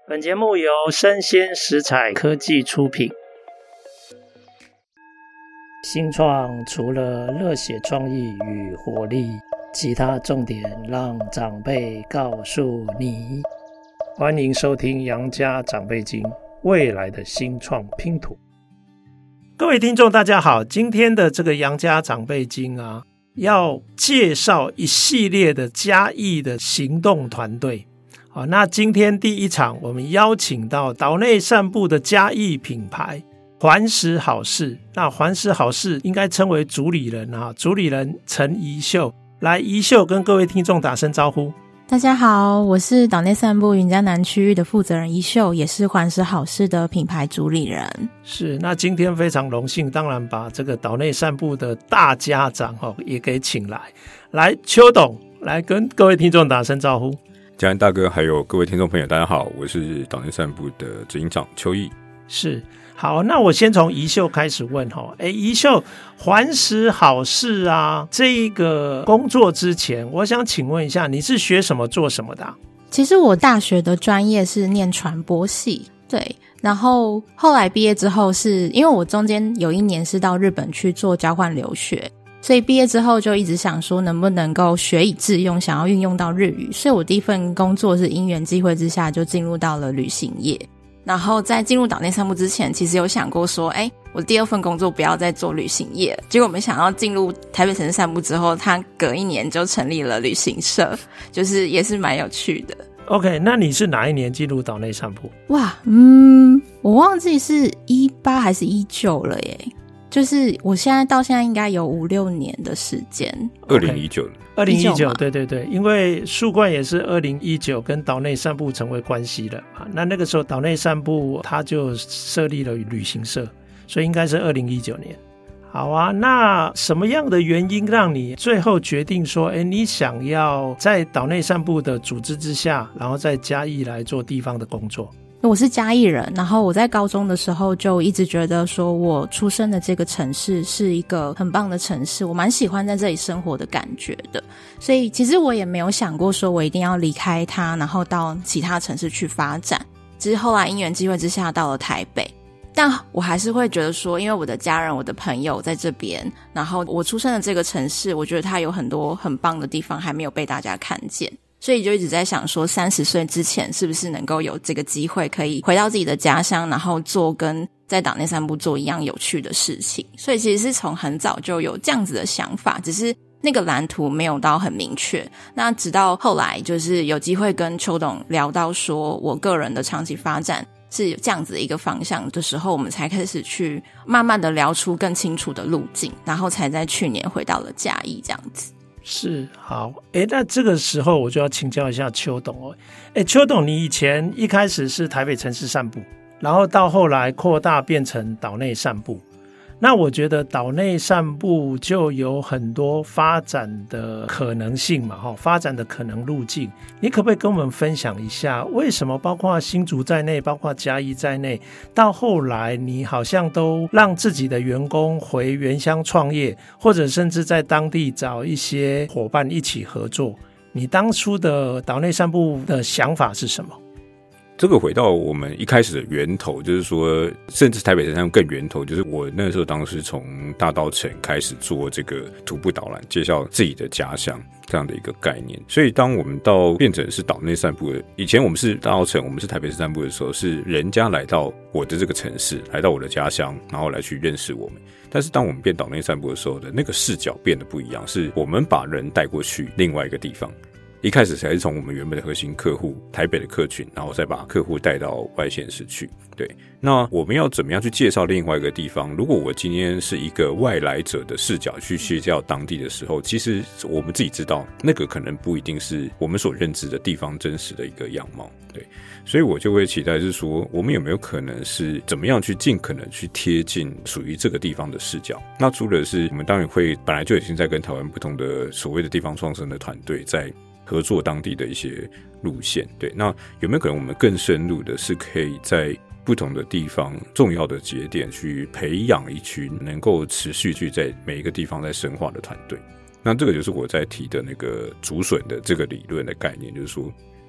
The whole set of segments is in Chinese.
本节目由生鲜食材科技出品。新创除了热血创意与活力，其他重点让长辈告诉你。欢迎收听杨家长辈经，未来的新创拼图。各位听众大家好，今天的这个杨家长辈经啊，要介绍一系列的嘉义的行动团队。好，那今天第一场我们邀请到岛内散步的嘉义品牌环食好事。那环食好事应该称为主理人啊，主理人陈怡秀。来，怡秀跟各位听众打声招呼。 大家好，我是岛内散步云嘉南区域的负责人怡秀，也是环食好事的品牌主理人。 是，那今天非常荣幸，当然把这个岛内散步的大家长也给请来。来，邱董来跟各位听众打声招呼。 嘉恩大哥还有各位听众朋友大家好，我是岛内散步的执行长邱毅。 是，好，那我先从怡秀开始问怡秀，环食好事啊这一个工作之前，我想请问一下，你是学什么做什么的啊？ 其实我大学的专业是念传播系，对，然后后来毕业之后是因为我中间有一年是到日本去做交换留学，所以毕业之后就一直想说能不能够学以致用，想要运用到日语，所以我第一份工作是因缘际会之下就进入到了旅行业。然后在进入岛内散步之前，其实有想过说我第二份工作不要再做旅行业，结果没想到进入台北城市散步之后，他隔一年就成立了旅行社，就是也是蛮有趣的。 OK， 那你是哪一年进入岛内散步？ 哇，我忘记是18还是19了耶，就是我现在到现在应该有5-6年的时间。 2019 2019，对对对，因为树冠也是2019跟岛内散步成为关系了嘛，那个时候岛内散步它就设立了旅行社，所以应该是2019年。好啊，那什么样的原因让你最后决定说你想要在岛内散步的组织之下，然后在嘉义来做地方的工作？ 我是嘉义人，然后我在高中的时候就一直觉得说我出生的这个城市是一个很棒的城市，我蛮喜欢在这里生活的感觉的，所以其实我也没有想过说我一定要离开它，然后到其他城市去发展，只是后来因缘机会之下到了台北。但我还是会觉得说，因为我的家人我的朋友在这边，然后我出生的这个城市，我觉得它有很多很棒的地方还没有被大家看见，所以就一直在想说30岁之前是不是能够有这个机会可以回到自己的家乡，然后做跟在岛内散步做一样有趣的事情。所以其实是从很早就有这样子的想法，只是那个蓝图没有到很明确。那直到后来就是有机会跟邱董聊到说我个人的长期发展是有这样子的一个方向的时候，我们才开始去慢慢的聊出更清楚的路径，然后才在去年回到了嘉义这样子。 是，好，那这个时候我就要请教一下邱董邱董，你以前一开始是台北城市散步，然后到后来扩大变成岛内散步，那我觉得岛内散步就有很多发展的可能性嘛，发展的可能路径，你可不可以跟我们分享一下，为什么包括新竹在内，包括嘉义在内，到后来你好像都让自己的员工回原乡创业，或者甚至在当地找一些伙伴一起合作，你当初的岛内散步的想法是什么？ 这个回到我们一开始的源头，就是说甚至台北城上更源头，就是我那时候当时从大稻埕开始做这个徒步导览，介绍自己的家乡这样的一个概念。所以当我们到变成是岛内散步的，以前我们是大稻埕，我们是台北市散步的时候，是人家来到我的这个城市，来到我的家乡，然后来去认识我们。但是当我们变岛内散步的时候的那个视角变得不一样，是我们把人带过去另外一个地方。一开始才是从我们原本的核心客户台北的客群，然后再把客户带到外县市去。对，那我们要怎么样去介绍另外一个地方？如果我今天是一个外来者的视角去介绍当地的时候，其实我们自己知道那个可能不一定是我们所认知的地方真实的一个样貌。对，所以我就会期待是说，我们有没有可能是怎么样去尽可能去贴近属于这个地方的视角。那除了是我们当然会本来就已经在跟台湾不同的所谓的地方创生的团队在合作当地的一些路线。对，那有没有可能我们更深入的是可以在不同的地方重要的节点去培养一群能够持续去在每一个地方在深化的团队？那这个就是我在提的那个竹笋的这个理论的概念，就是说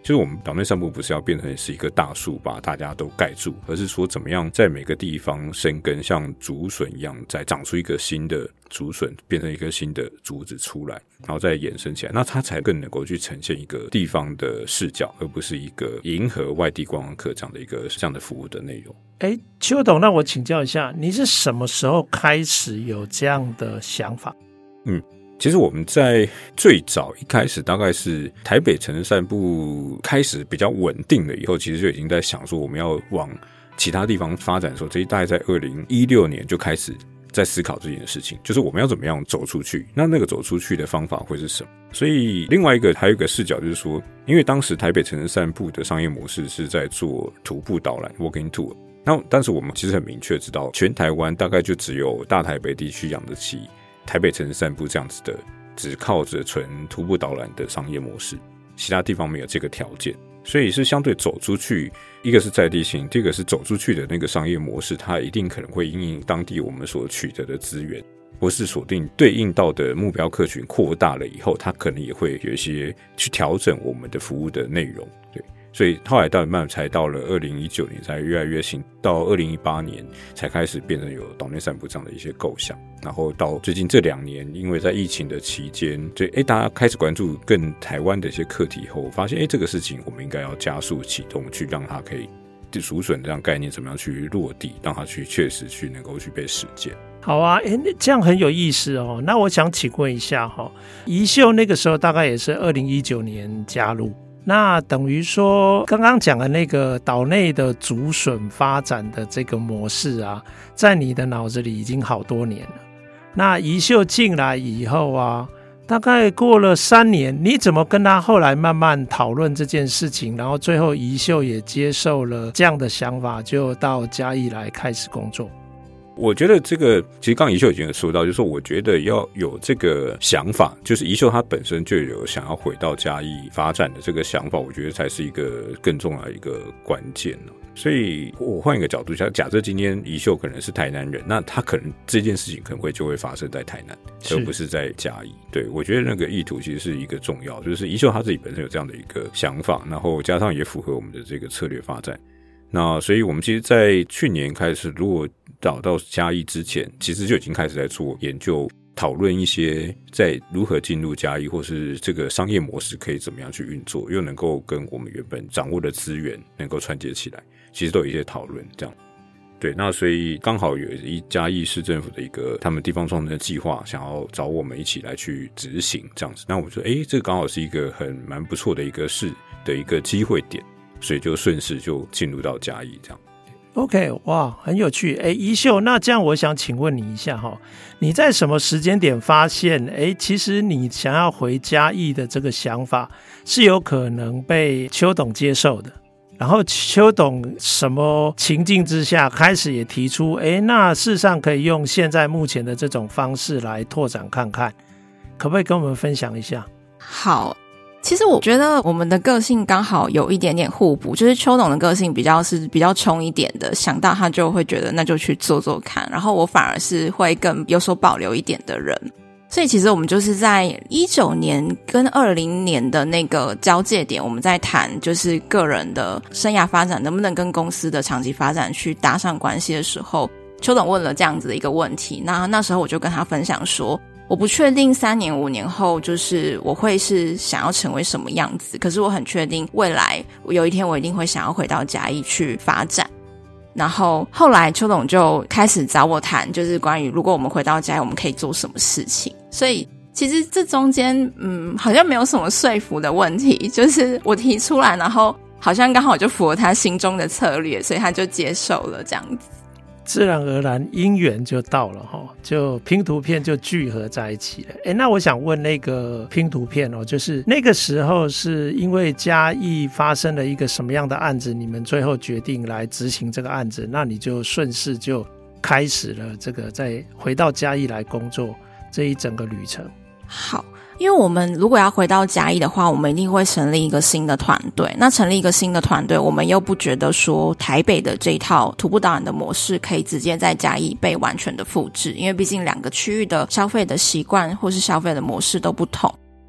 就是我们岛内散步不是要变成是一个大树把大家都盖住，而是说怎么样在每个地方生根，像竹笋一样再长出一个新的竹笋，变成一个新的竹子出来，然后再衍生起来，那它才更能够去呈现一个地方的视角，而不是一个迎合外地观光客这样的服务的内容。 邱董，那我请教一下，你是什么时候开始有这样的想法？ 其实我们在最早一开始大概是台北城市散步开始比较稳定了以后，其实就已经在想说我们要往其他地方发展的时候，这大概在2016年就开始在思考这件事情，就是我们要怎么样走出去，那个走出去的方法会是什么。所以另外还有一个视角就是说，因为当时台北城市散步的商业模式是在做徒步导览 walking tour， 那但是我们其实很明确知道全台湾大概就只有大台北地区养得起台北城市散步这样子的只靠着纯徒步导览的商业模式，其他地方没有这个条件，所以是相对走出去，一个是在地性，第二个是走出去的那个商业模式，它一定可能会因应当地我们所取得的资源，或是锁定对应到的目标客群扩大了以后，它可能也会有一些去调整我们的服务的内容。对，所以后来慢慢才到了2019年才越来越新，到2018年才开始变成有岛内散步这样的一些构想，然后到最近这2年，因为在疫情的期间，就大家开始关注更台湾的一些课题以后，发现这个事情我们应该要加速启动，去让它可以竹笋这样概念怎么样去落地，让它去确实去能够去被实践。 好啊，这样很有意思哦。那我想请问一下宜秀那个时候大概也是2019年加入，那等于说刚刚讲的那个岛内的竹笋发展的这个模式啊，在你的脑子里已经好多年了。那宜秀进来以后啊，大概过了3年，你怎么跟他后来慢慢讨论这件事情，然后最后宜秀也接受了这样的想法，就到嘉义来开始工作？ 我觉得这个其实刚刚宜秀已经有说到，就是说我觉得要有这个想法，就是宜秀他本身就有想要回到嘉义发展的这个想法，我觉得才是一个更重要的一个关键。所以我换一个角度想，假设今天宜秀可能是台南人，那他可能这件事情可能就会发生在台南，而不是在嘉义。对，我觉得那个意图其实是一个重要，就是宜秀他自己本身有这样的一个想法，然后加上也符合我们的这个策略发展。那所以我们其实在去年开始，如果到嘉义之前，其实就已经开始在做研究，讨论一些在如何进入嘉义，或是这个商业模式可以怎么样去运作，又能够跟我们原本掌握的资源能够串接起来，其实都有一些讨论这样。对，那所以刚好有嘉义市政府的一个他们地方创生的计划，想要找我们一起来去执行这样子。那我觉得这个刚好是一个蛮不错的一个市的一个机会点，所以就顺势就进入到嘉义这样。 OK， 哇，很有趣。宜秀，那这样我想请问你一下你在什么时间点发现其实你想要回嘉义的这个想法是有可能被邱董接受的？然后邱董什么情境之下开始也提出那事实上可以用现在目前的这种方式来拓展看看，可不可以跟我们分享一下？ 好，其实我觉得我们的个性刚好有一点点互补，就是邱董的个性比较冲一点的，想到他就会觉得那就去做做看，然后我反而是会更有所保留一点的人。所以其实我们就是在19年跟20年的那个交界点，我们在谈就是个人的生涯发展能不能跟公司的长期发展去搭上关系的时候，邱董问了这样子的一个问题。那时候我就跟他分享说，我不确定3年5年后就是我会是想要成为什么样子，可是我很确定未来有一天我一定会想要回到嘉义去发展。然后后来邱董就开始找我谈，就是关于如果我们回到嘉义我们可以做什么事情。所以其实这中间好像没有什么说服的问题，就是我提出来，然后好像刚好就符合他心中的策略，所以他就接受了这样子。 自然而然因缘就到了就拼图片就聚合在一起了。那我想问那个拼图片就是那个时候是因为嘉义发生了一个什么样的案子，你们最后决定来执行这个案子，那你就顺势就开始了这个再回到嘉义来工作这一整个旅程。 好，因为我们如果要回到嘉义的话，我们一定会成立一个新的团队。那成立一个新的团队，我们又不觉得说台北的这一套徒步导览的模式可以直接在嘉义被完全的复制，因为毕竟2个区域的消费的习惯或是消费的模式都不同。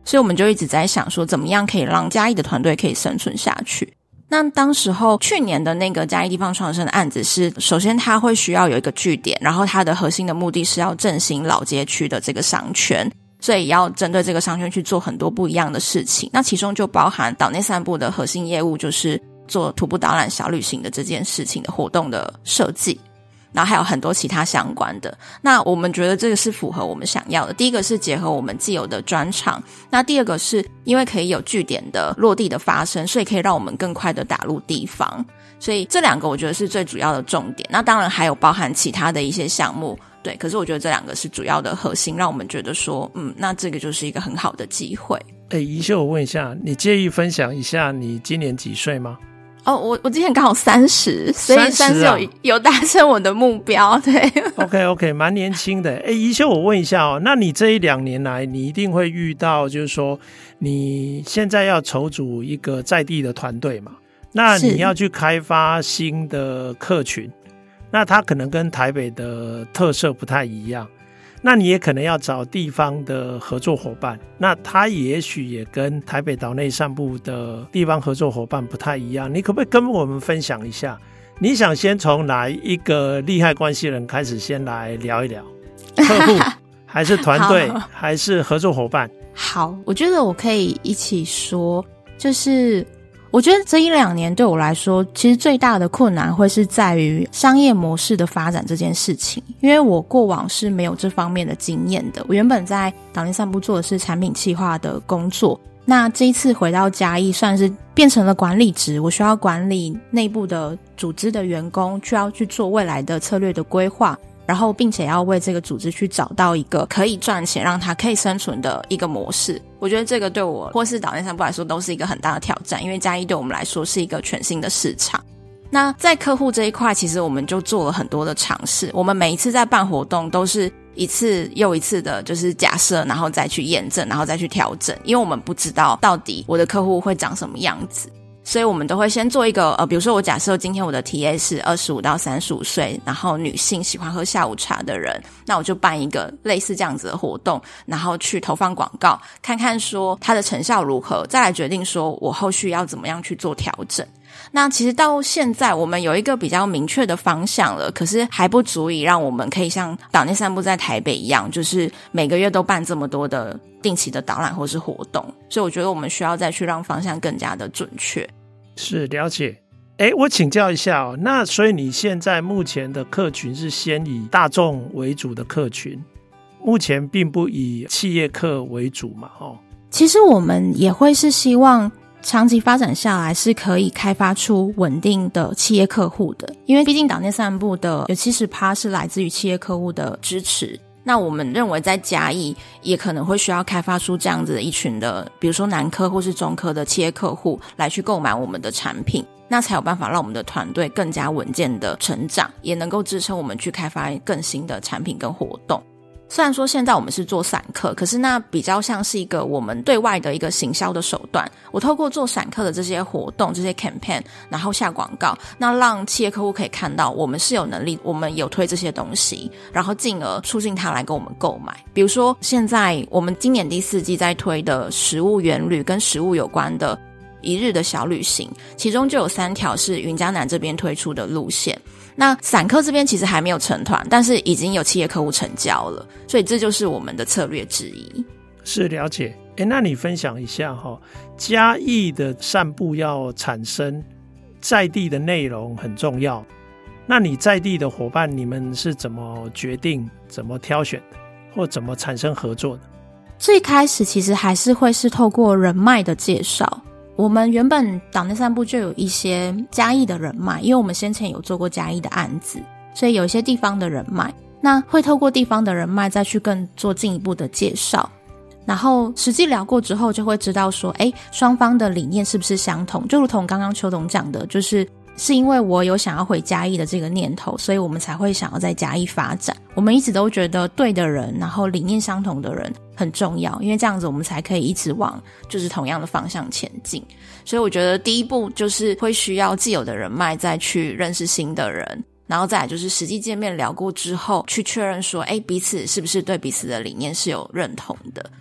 所以我们就一直在想说怎么样可以让嘉义的团队可以生存下去。那当时候去年的那个嘉义地方创生的案子是，首先它会需要有一个据点，然后它的核心的目的是要振兴老街区的这个商圈，所以要针对这个商圈去做很多不一样的事情。那其中就包含岛内散步的核心业务，就是做徒步导览小旅行的这件事情的活动的设计，然后还有很多其他相关的。那我们觉得这个是符合我们想要的。第一个是结合我们既有的专长，那第二个是因为可以有据点的落地的发生，所以可以让我们更快的打入地方。所以这两个我觉得是最主要的重点。那当然还有包含其他的一些项目，对，可是我觉得这两个是主要的核心，让我们觉得说那这个就是一个很好的机会。 宜秀，我问一下，你介意分享一下你今年几岁吗？ 我今年刚好30，所以30有达成我的目标。对 ，OK， 蛮年轻的。宜秀，我问一下那你这1-2年来，你一定会遇到，就是说你现在要筹组一个在地的团队嘛？那你要去开发新的客群，那它可能跟台北的特色不太一样。那你也可能要找地方的合作伙伴，那他也许也跟台北岛内散步的地方合作伙伴不太一样。你可不可以跟我们分享一下，你想先从哪一个利害关系人开始先来聊一聊？客户还是团队还是合作伙伴？ 好，我觉得我可以一起说，就是我觉得这1-2年对我来说，其实最大的困难会是在于商业模式的发展这件事情，因为我过往是没有这方面的经验的。我原本在岛内散步做的是产品企划的工作，那这一次回到嘉义算是变成了管理职，我需要管理内部的组织的员工，需要去做未来的策略的规划，然后并且要为这个组织去找到一个可以赚钱让它可以生存的一个模式。我觉得这个对我或是岛内散步来说都是一个很大的挑战，因为嘉义对我们来说是一个全新的市场。那在客户这一块，其实我们就做了很多的尝试。我们每一次在办活动都是一次又一次的就是假设，然后再去验证，然后再去调整，因为我们不知道到底我的客户会长什么样子，所以我们都会先做一个比如说我假设今天我的 TA 是25到35岁，然后女性喜欢喝下午茶的人，那我就办一个类似这样子的活动，然后去投放广告，看看说它的成效如何，再来决定说我后续要怎么样去做调整。那其实到现在我们有一个比较明确的方向了，可是还不足以让我们可以像岛内散步在台北一样，就是每个月都办这么多的定期的导览或是活动，所以我觉得我们需要再去让方向更加的准确。 是，了解。我请教一下那所以你现在目前的客群是先以大众为主的客群，目前并不以企业客为主嘛？ 其实我们也会是希望长期发展下来是可以开发出稳定的企业客户的，因为毕竟岛内散步的有 70% 是来自于企业客户的支持。那我们认为在嘉义也可能会需要开发出这样子的一群的，比如说南科或是中科的企业客户来去购买我们的产品，那才有办法让我们的团队更加稳健的成长，也能够支撑我们去开发更新的产品跟活动。虽然说现在我们是做散客，可是那比较像是一个我们对外的一个行销的手段。我透过做散客的这些活动，这些 campaign， 然后下广告，那让企业客户可以看到我们是有能力，我们有推这些东西，然后进而促进他来跟我们购买。比如说现在我们今年第4季在推的食物原旅跟食物有关的1日的小旅行，其中就有3条是云嘉南这边推出的路线。那散客这边其实还没有成团，但是已经有企业客户成交了，所以这就是我们的策略之一。 是，了解。那你分享一下嘉义的散步要产生在地的内容很重要，那你在地的伙伴你们是怎么决定怎么挑选的，或怎么产生合作的？ 最开始其实还是会是透过人脉的介绍。我们原本岛内散步就有一些嘉义的人脉，因为我们先前有做过嘉义的案子，所以有一些地方的人脉，那会透过地方的人脉再去更做进一步的介绍，然后实际聊过之后就会知道说双方的理念是不是相同。就如同刚刚邱董讲的，是因为我有想要回嘉义的这个念头，所以我们才会想要在嘉义发展。我们一直都觉得对的人，然后理念相同的人很重要，因为这样子我们才可以一直往就是同样的方向前进。所以我觉得第一步就是会需要既有的人脉再去认识新的人，然后再来就是实际见面聊过之后去确认说彼此是不是对彼此的理念是有认同的。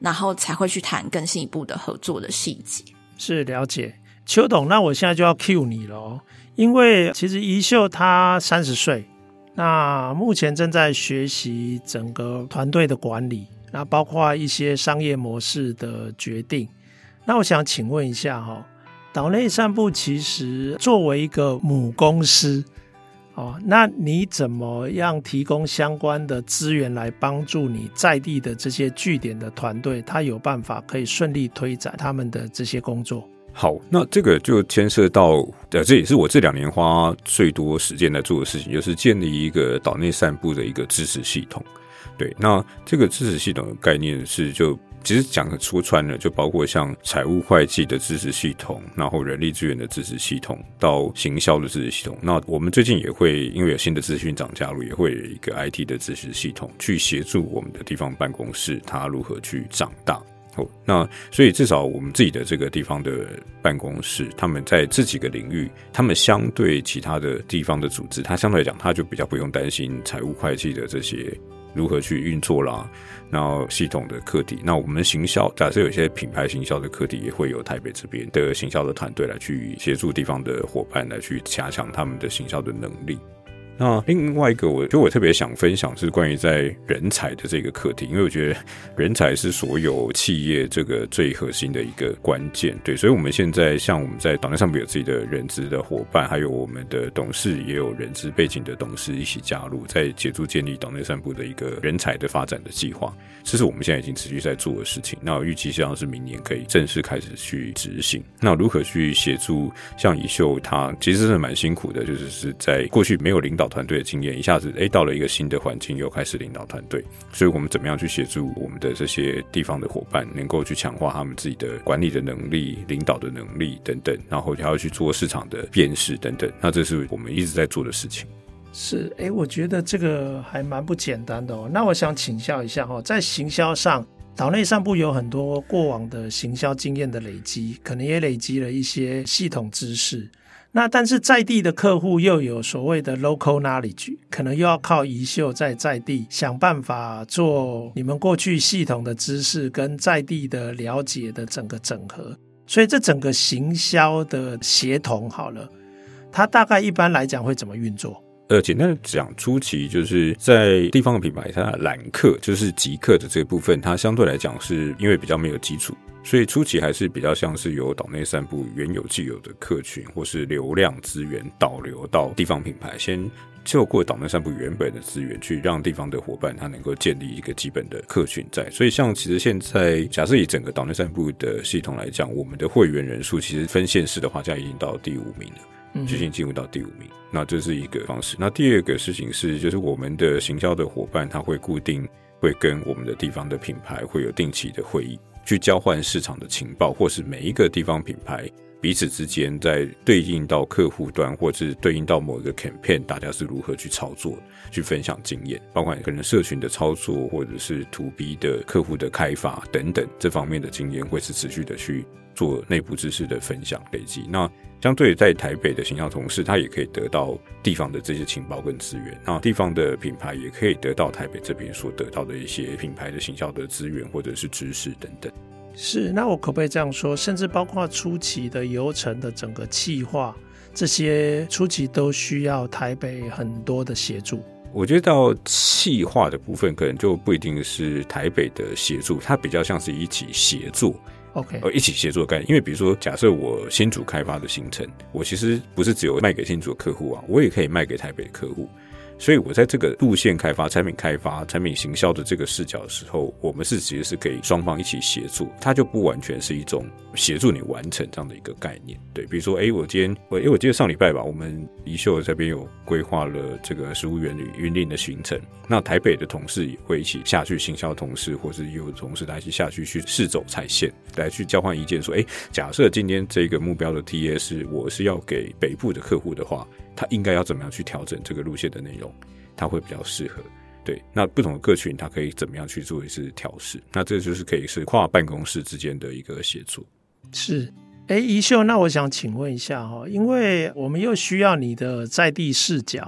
然后才会去谈更进一步的合作的细节。 是，了解。邱董，那我现在就要 cue 你了因为其实宜秀他30岁，那目前正在学习整个团队的管理，那包括一些商业模式的决定。那我想请问一下岛内散步其实作为一个母公司那你怎么样提供相关的资源来帮助你在地的这些据点的团队，他有办法可以顺利推展他们的这些工作？ 好，那这个就牵涉到这也是我这2年花最多时间来做的事情，就是建立一个岛内散步的一个支持系统。对，那这个支持系统的概念是其实讲说穿了，就包括像财务会计的支持系统，然后人力资源的支持系统，到行销的支持系统。那我们最近也会因为有新的资讯长加入，也会有一个 IT 的支持系统，去协助我们的地方办公室它如何去长大。那所以至少我们自己的这个地方的办公室，他们在这几个领域，他们相对其他的地方的组织，它相对来讲，它就比较不用担心财务会计的这些如何去运作啦，然后系统的课题。那我们行销，假设有一些品牌行销的课题，也会有台北这边的行销的团队来去协助地方的伙伴来去加强他们的行销的能力。那另外一个我特别想分享是关于在人才的这个课题，因为我觉得人才是所有企业这个最核心的一个关键。对，所以我们现在像我们在岛内上面有自己的人资的伙伴，还有我们的董事也有人资背景的董事一起加入，在协助建立岛内散步的一个人才的发展的计划。这是我们现在已经持续在做的事情，那我预计像是明年可以正式开始去执行。那如何去协助像宜秀，他其实真的蛮辛苦的，就是在过去没有领导团队的经验，一下子到了一个新的环境又开始领导团队，所以我们怎么样去协助我们的这些地方的伙伴能够去强化他们自己的管理的能力、领导的能力等等，然后还要去做市场的辨识等等，那这是我们一直在做的事情。 是，我觉得这个还蛮不简单的那我想请教一下在行销上，岛内散步有很多过往的行销经验的累积，可能也累积了一些系统知识。那但是在地的客户又有所谓的 local knowledge， 可能又要靠宜秀在地想办法做你们过去系统的知识跟在地的了解的整个整合。所以这整个行销的协同好了，它大概一般来讲会怎么运作？ 简单的讲，初期就是在地方的品牌，它的揽客就是集客的这个部分，它相对来讲是因为比较没有基础，所以初期还是比较像是由岛内散步原有既有的客群或是流量资源导流到地方品牌，先透过岛内散步原本的资源去让地方的伙伴他能够建立一个基本的客群在。所以像其实现在假设以整个岛内散步的系统来讲，我们的会员人数其实分县市的话，现在已经到第5名了，最近进入到第5名，那这是一个方式。那第二个事情是，就是我们的行销的伙伴，他会固定会跟我们的地方的品牌会有定期的会议，去交换市场的情报，或是每一个地方品牌彼此之间在对应到客户端，或是对应到某一个 campaign， 大家是如何去操作，去分享经验，包括可能社群的操作，或者是 to B 的客户的开发等等，这方面的经验会是持续的去做内部知识的分享累积。那相对在台北的行销同事，他也可以得到地方的这些情报跟资源，那地方的品牌也可以得到台北这边所得到的一些品牌的行销的资源或者是知识等等。 是，那我可不可以这样说，甚至包括初期的流程的整个企划，这些初期都需要台北很多的协助？ 我觉得到企划的部分可能就不一定是台北的协助，它比较像是一起协作。 OK， 一起协作的概念，因为比如说，假设我新竹开发的行程，我其实不是只有卖给新竹的客户啊，我也可以卖给台北的客户。所以我在这个路线开发、产品开发、产品行销的这个视角的时候，我们其实是可以双方一起协作，它就不完全是一种协助你完成这样的一个概念。对，比如说，我记得上礼拜吧，我们宜秀这边有规划了这个食物园旅云林的行程，那台北的同事也会一起下去，行销同事或是有同事来一起下去试走踩线，来去交换意见，说，假设今天这个目标的 TA 是我是要给北部的客户的话，他应该要怎么样去调整这个路线的内容，它会比较适合。对，那不同的客群它可以怎么样去做一次调试，那这就是可以是跨办公室之间的一个协作。 是，宜秀，那我想请问一下因为我们又需要你的在地视角，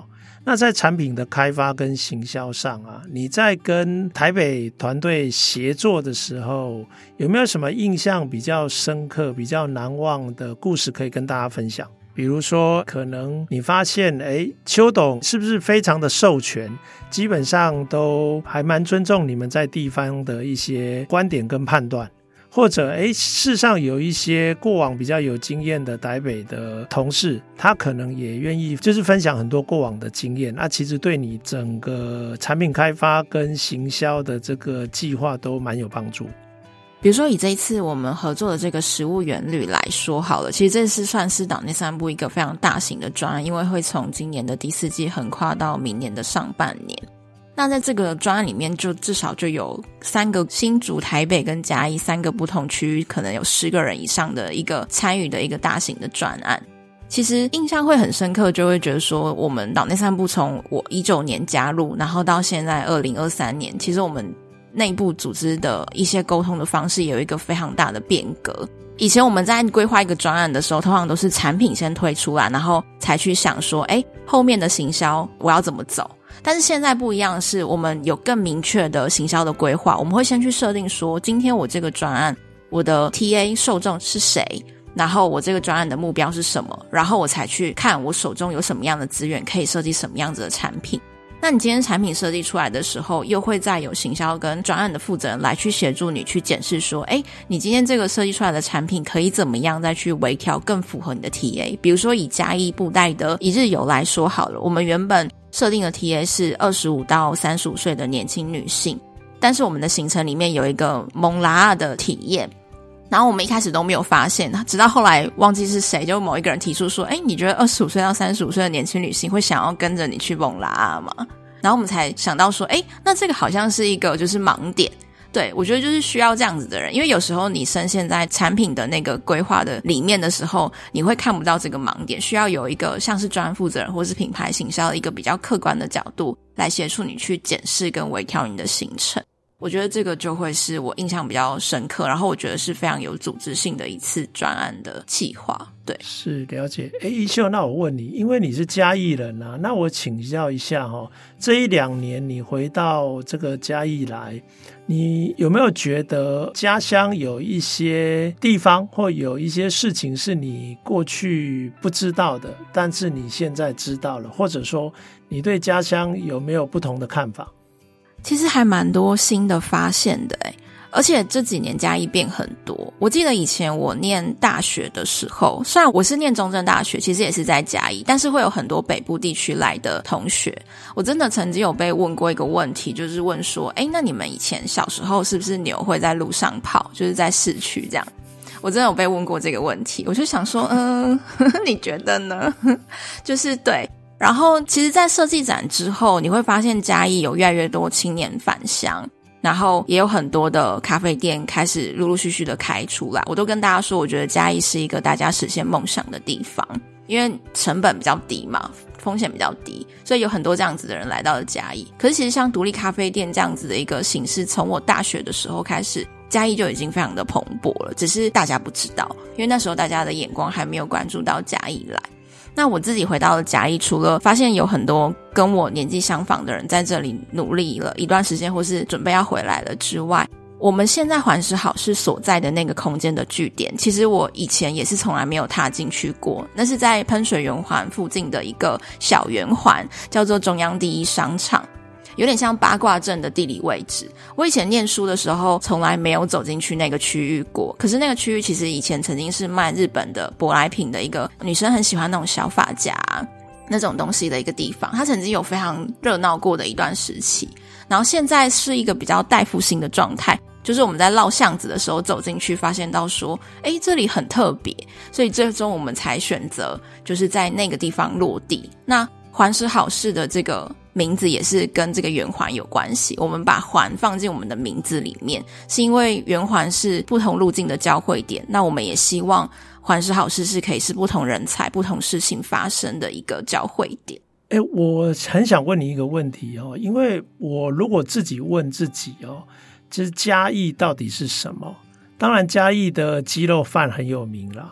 那在产品的开发跟行销上啊，你在跟台北团队协作的时候，有没有什么印象比较深刻、比较难忘的故事可以跟大家分享？比如说可能你发现邱董是不是非常的授权，基本上都还蛮尊重你们在地方的一些观点跟判断，或者事实上有一些过往比较有经验的台北的同事，他可能也愿意就是分享很多过往的经验，那其实对你整个产品开发跟行销的这个计划都蛮有帮助。 比如说以这一次我们合作的这个食物原旅来说好了，其实这次算是岛内散步一个非常大型的专案，因为会从今年的第4季横跨到明年的上半年。那在这个专案里面就至少就有3个新竹、台北跟嘉义3个不同区域，可能有10个人以上的一个参与的一个大型的专案。其实印象会很深刻，就会觉得说我们岛内散步从我19年加入，然后到现在2023年，其实我们内部组织的一些沟通的方式有一个非常大的变革。以前我们在规划一个专案的时候，通常都是产品先推出来，然后才去想说后面的行销我要怎么走。但是现在不一样的是，我们有更明确的行销的规划，我们会先去设定说今天我这个专案我的 TA 受众是谁，然后我这个专案的目标是什么，然后我才去看我手中有什么样的资源可以设计什么样子的产品。那你今天产品设计出来的时候，又会再有行销跟专案的负责人来去协助你去检视说你今天这个设计出来的产品可以怎么样再去微调更符合你的 TA。 比如说以嘉义布袋的一日游来说好了，我们原本设定的 TA 是25到35岁的年轻女性，但是我们的行程里面有一个蒙拉的体验，然后我们一开始都没有发现，直到后来忘记是谁，就某一个人提出说你觉得25岁到35岁的年轻女性会想要跟着你去蒙拉吗？然后我们才想到说那这个好像是一个就是盲点。对，我觉得就是需要这样子的人，因为有时候你深陷在产品的那个规划的里面的时候，你会看不到这个盲点，需要有一个像是专案负责人或是品牌行销的一个比较客观的角度来协助你去检视跟微调你的行程。我觉得这个就会是我印象比较深刻，然后我觉得是非常有组织性的一次专案的企划。对， 是了解。一秀，那我问你，因为你是嘉义人啊，那我请教一下这1-2年你回到这个嘉义来，你有没有觉得家乡有一些地方或有一些事情是你过去不知道的，但是你现在知道了，或者说你对家乡有没有不同的看法？ 其实还蛮多新的发现的而且这几年嘉义变很多。我记得以前我念大学的时候，虽然我是念中正大学，其实也是在嘉义，但是会有很多北部地区来的同学。我真的曾经有被问过一个问题，就是问说那你们以前小时候是不是牛会在路上跑，就是在市区这样？我真的有被问过这个问题，我就想说你觉得呢？就是对。然后其实在设计展之后，你会发现嘉义有越来越多青年返乡，然后也有很多的咖啡店开始陆陆续续的开出来。我都跟大家说，我觉得嘉义是一个大家实现梦想的地方，因为成本比较低嘛，风险比较低，所以有很多这样子的人来到了嘉义。可是其实像独立咖啡店这样子的一个形式，从我大学的时候开始，嘉义就已经非常的蓬勃了，只是大家不知道，因为那时候大家的眼光还没有关注到嘉义来。那我自己回到了嘉义，除了发现有很多跟我年纪相仿的人在这里努力了一段时间，或是准备要回来了之外，我们现在环食好事所在的那个空间的据点，其实我以前也是从来没有踏进去过。那是在喷水圆环附近的一个小圆环，叫做中央第一商场，有点像八卦阵的地理位置。我以前念书的时候从来没有走进去那个区域过，可是那个区域其实以前曾经是卖日本的舶来品的一个女生很喜欢那种小发夹那种东西的一个地方，它曾经有非常热闹过的一段时期，然后现在是一个比较代复性的状态，就是我们在绕巷子的时候走进去发现到说这里很特别，所以最终我们才选择就是在那个地方落地。那环食好事的这个名字也是跟这个圆环有关系，我们把环放进我们的名字里面，是因为圆环是不同路径的交汇点，那我们也希望环食好事是可以是不同人才不同事情发生的一个交汇点。 我很想问你一个问题因为我如果自己问自己就是嘉义到底是什么？当然嘉义的鸡肉饭很有名啦，可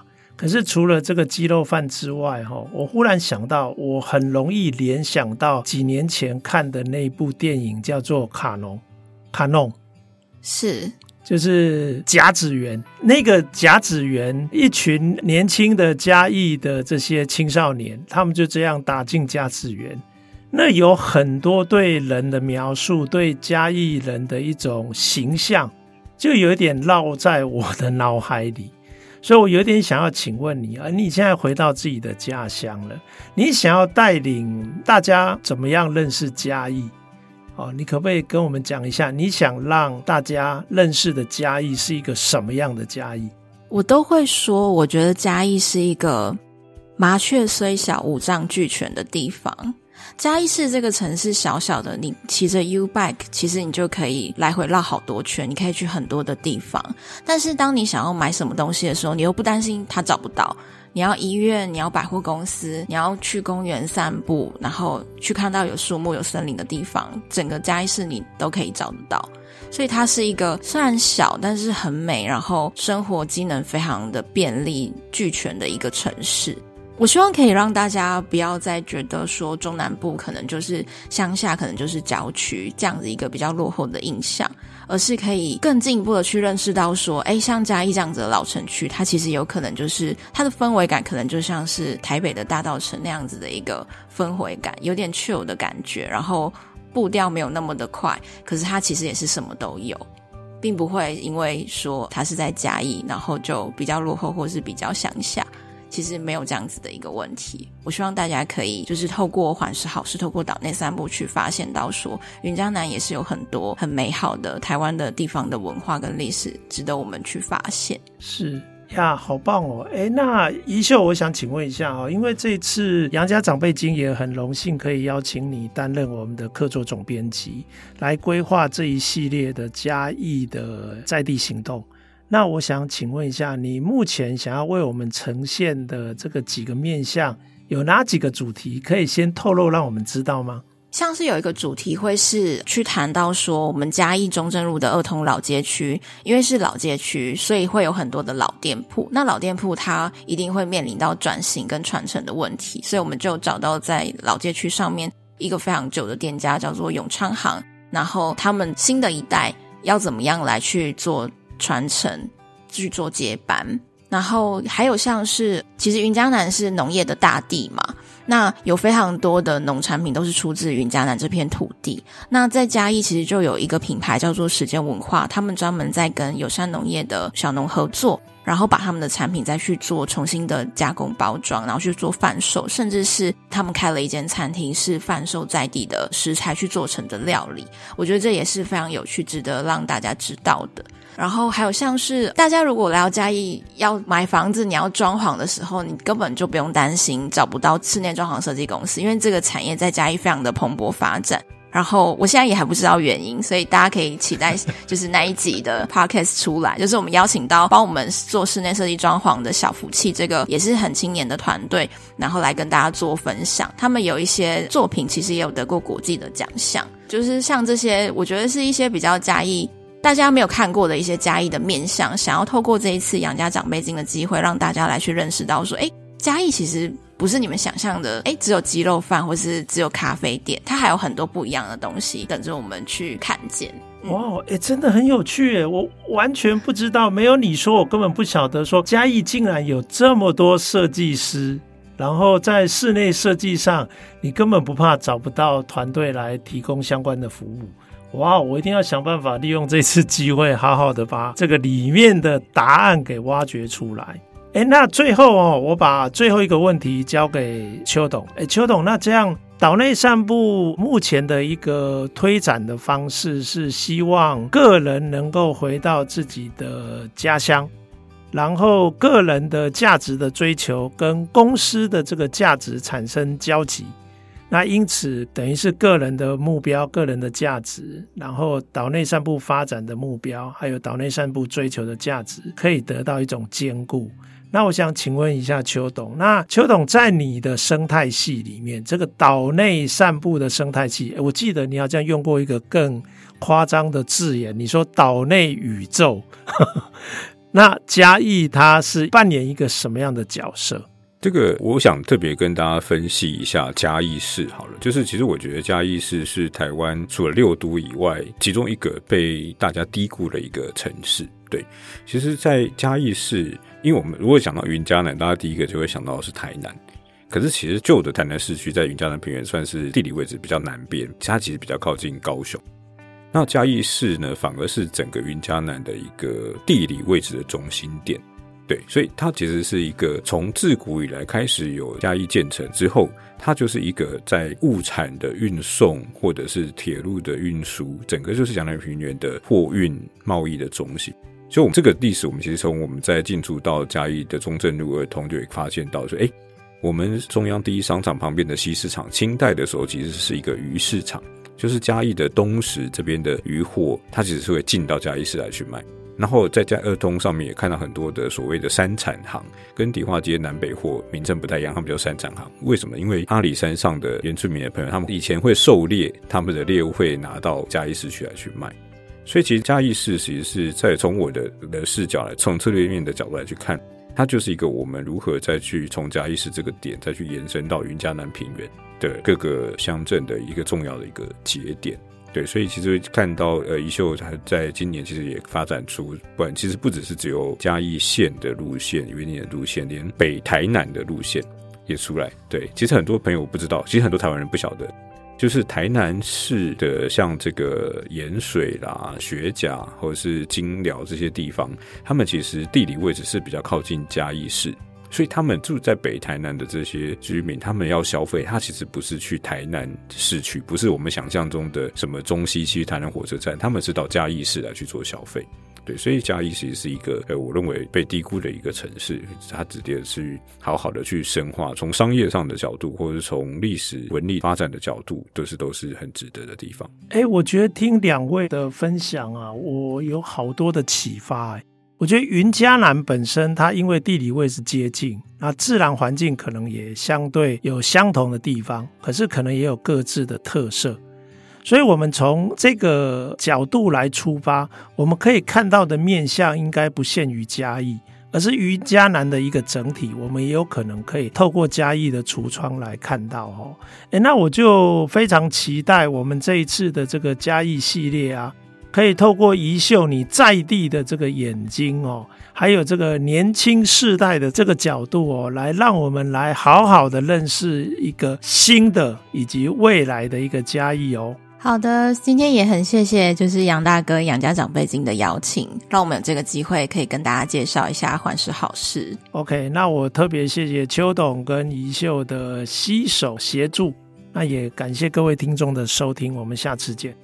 可是除了这个鸡肉饭之外，我忽然想到，我很容易联想到几年前看的那部电影叫做卡农， 是就是甲子园。那个甲子园一群年轻的嘉义的这些青少年，他们就这样打进甲子园，那有很多对人的描述，对嘉义人的一种形象，就有一点烙在我的脑海里。所以我有点想要请问你，你现在回到自己的家乡了，你想要带领大家怎么样认识嘉义？你可不可以跟我们讲一下，你想让大家认识的嘉义是一个什么样的嘉义？ 我都会说，我觉得嘉义是一个麻雀虽小五脏俱全的地方。嘉义市这个城市小小的，你骑着 U-Bike 其实你就可以来回绕好多圈，你可以去很多的地方。但是当你想要买什么东西的时候，你又不担心它找不到，你要医院，你要百货公司，你要去公园散步，然后去看到有树木有森林的地方，整个嘉义市你都可以找得到。所以它是一个虽然小但是很美，然后生活机能非常的便利俱全的一个城市。我希望可以让大家不要再觉得说中南部可能就是乡下，可能就是郊区这样子一个比较落后的印象，而是可以更进一步的去认识到说，像嘉义这样子的老城区，它其实有可能就是它的氛围感可能就像是台北的大稻埕那样子的一个氛围感，有点 chill 的感觉，然后步调没有那么的快，可是它其实也是什么都有，并不会因为说它是在嘉义然后就比较落后或是比较乡下，其实没有这样子的一个问题。我希望大家可以就是透过缓时好事，透过岛内散步去发现到说，云嘉南也是有很多很美好的台湾的地方的文化跟历史值得我们去发现。 是呀，好棒哦！那宜秀，我想请问一下因为这次杨家长辈经也很荣幸可以邀请你担任我们的客座总编辑，来规划这一系列的嘉义的在地行动。那我想请问一下，你目前想要为我们呈现的这个几个面向，有哪几个主题可以先透露让我们知道吗？ 像是有一个主题会是去谈到说，我们嘉义中正路的二通老街区，因为是老街区，所以会有很多的老店铺，那老店铺它一定会面临到转型跟传承的问题，所以我们就找到在老街区上面一个非常久的店家叫做永昌行，然后他们新的一代要怎么样来去做传承，去做接班。然后还有像是其实云嘉南是农业的大地嘛，那有非常多的农产品都是出自云嘉南这片土地。那在嘉义其实就有一个品牌叫做时间文化，他们专门在跟友善农业的小农合作，然后把他们的产品再去做重新的加工包装，然后去做贩售，甚至是他们开了一间餐厅是贩售在地的食材去做成的料理。我觉得这也是非常有趣，值得让大家知道的。然后还有像是大家如果来到嘉义要买房子，你要装潢的时候，你根本就不用担心找不到室内装潢设计公司，因为这个产业在嘉义非常的蓬勃发展。然后我现在也还不知道原因，所以大家可以期待就是那一集的 podcast 出来，就是我们邀请到帮我们做室内设计装潢的小福气，这个也是很青年的团队，然后来跟大家做分享。他们有一些作品其实也有得过国际的奖项，就是像这些我觉得是一些比较嘉义大家没有看过的一些嘉义的面向，想要透过这一次杨家长辈经的机会，让大家来去认识到说，嘉义其实不是你们想象的只有鸡肉饭或是只有咖啡店，它还有很多不一样的东西等着我们去看见。 哇，真的很有趣耶！我完全不知道，没有你说我根本不晓得说嘉义竟然有这么多设计师，然后在室内设计上你根本不怕找不到团队来提供相关的服务。哇，我一定要想办法利用这次机会好好的把这个里面的答案给挖掘出来。那最后我把最后一个问题交给邱董。邱董，那这样岛内散步目前的一个推展的方式是希望个人能够回到自己的家乡，然后个人的价值的追求跟公司的这个价值产生交集，那因此等于是个人的目标，个人的价值，然后岛内散步发展的目标，还有岛内散步追求的价值可以得到一种兼顾。那我想请问一下邱董，那邱董在你的生态系里面，这个岛内散步的生态系，我记得你好像用过一个更夸张的字眼，你说岛内宇宙那嘉义它是扮演一个什么样的角色？ 这个我想特别跟大家分析一下嘉义市好了，就是其实我觉得嘉义市是台湾除了6都以外其中一个被大家低估的一个城市。对，其实在嘉义市，因为我们如果想到云嘉南，大家第一个就会想到的是台南，可是其实旧的台南市区在云嘉南平原算是地理位置比较南边，它其实比较靠近高雄。那嘉义市呢，反而是整个云嘉南的一个地理位置的中心点。对，所以它其实是一个从自古以来开始有嘉义建成之后，它就是一个在物产的运送或者是铁路的运输，整个就是嘉南平原的货运贸易的中心。所以我们这个历史，我们其实从我们在进驻到嘉义的中正路、儿童就会发现到说，我们中央第一商场旁边的西市场，清代的时候其实是一个鱼市场，就是嘉义的东石这边的渔货，它其实是会进到嘉义市来去卖。然后在二通上面也看到很多的所谓的山产行，跟迪化街南北货名称不太一样，他们叫山产行。为什么？因为阿里山上的原住民的朋友，他们以前会狩猎，他们的猎物会拿到嘉义市区来去卖。所以其实嘉义市其实是在从我的视角来，从策略面的角度来去看，它就是一个我们如何再去从嘉义市这个点再去延伸到云嘉南平原的各个乡镇的一个重要的一个节点。对，所以其实看到宜秀在今年其实也发展出，不然其实不只是只有嘉义县的路线、云林的路线，连北台南的路线也出来。对，其实很多朋友不知道，其实很多台湾人不晓得，就是台南市的像这个盐水啦、学甲或者是金寮这些地方，他们其实地理位置是比较靠近嘉义市。所以他们住在北台南的这些居民，他们要消费，他其实不是去台南市区，不是我们想象中的什么中西区台南火车站，他们是到嘉义市来去做消费。对，所以嘉义其实是一个我认为被低估的一个城市，它值得去好好的去深化，从商业上的角度，或者是从历史文历发展的角度，都是很值得的地方。 我觉得听两位的分享啊，我有好多的启发。我觉得云嘉南本身它因为地理位置接近，那自然环境可能也相对有相同的地方，可是可能也有各自的特色。所以我们从这个角度来出发，我们可以看到的面向应该不限于嘉义，而是云嘉南的一个整体，我们也有可能可以透过嘉义的橱窗来看到。那我就非常期待我们这一次的这个嘉义系列啊，可以透过宜秀你在地的这个眼睛还有这个年轻世代的这个角度来让我们来好好的认识一个新的以及未来的一个嘉义好的，今天也很谢谢就是杨大哥杨家长辈经的邀请，让我们有这个机会可以跟大家介绍一下环世好事。 OK， 那我特别谢谢邱董跟宜秀的携手协助，那也感谢各位听众的收听，我们下次见。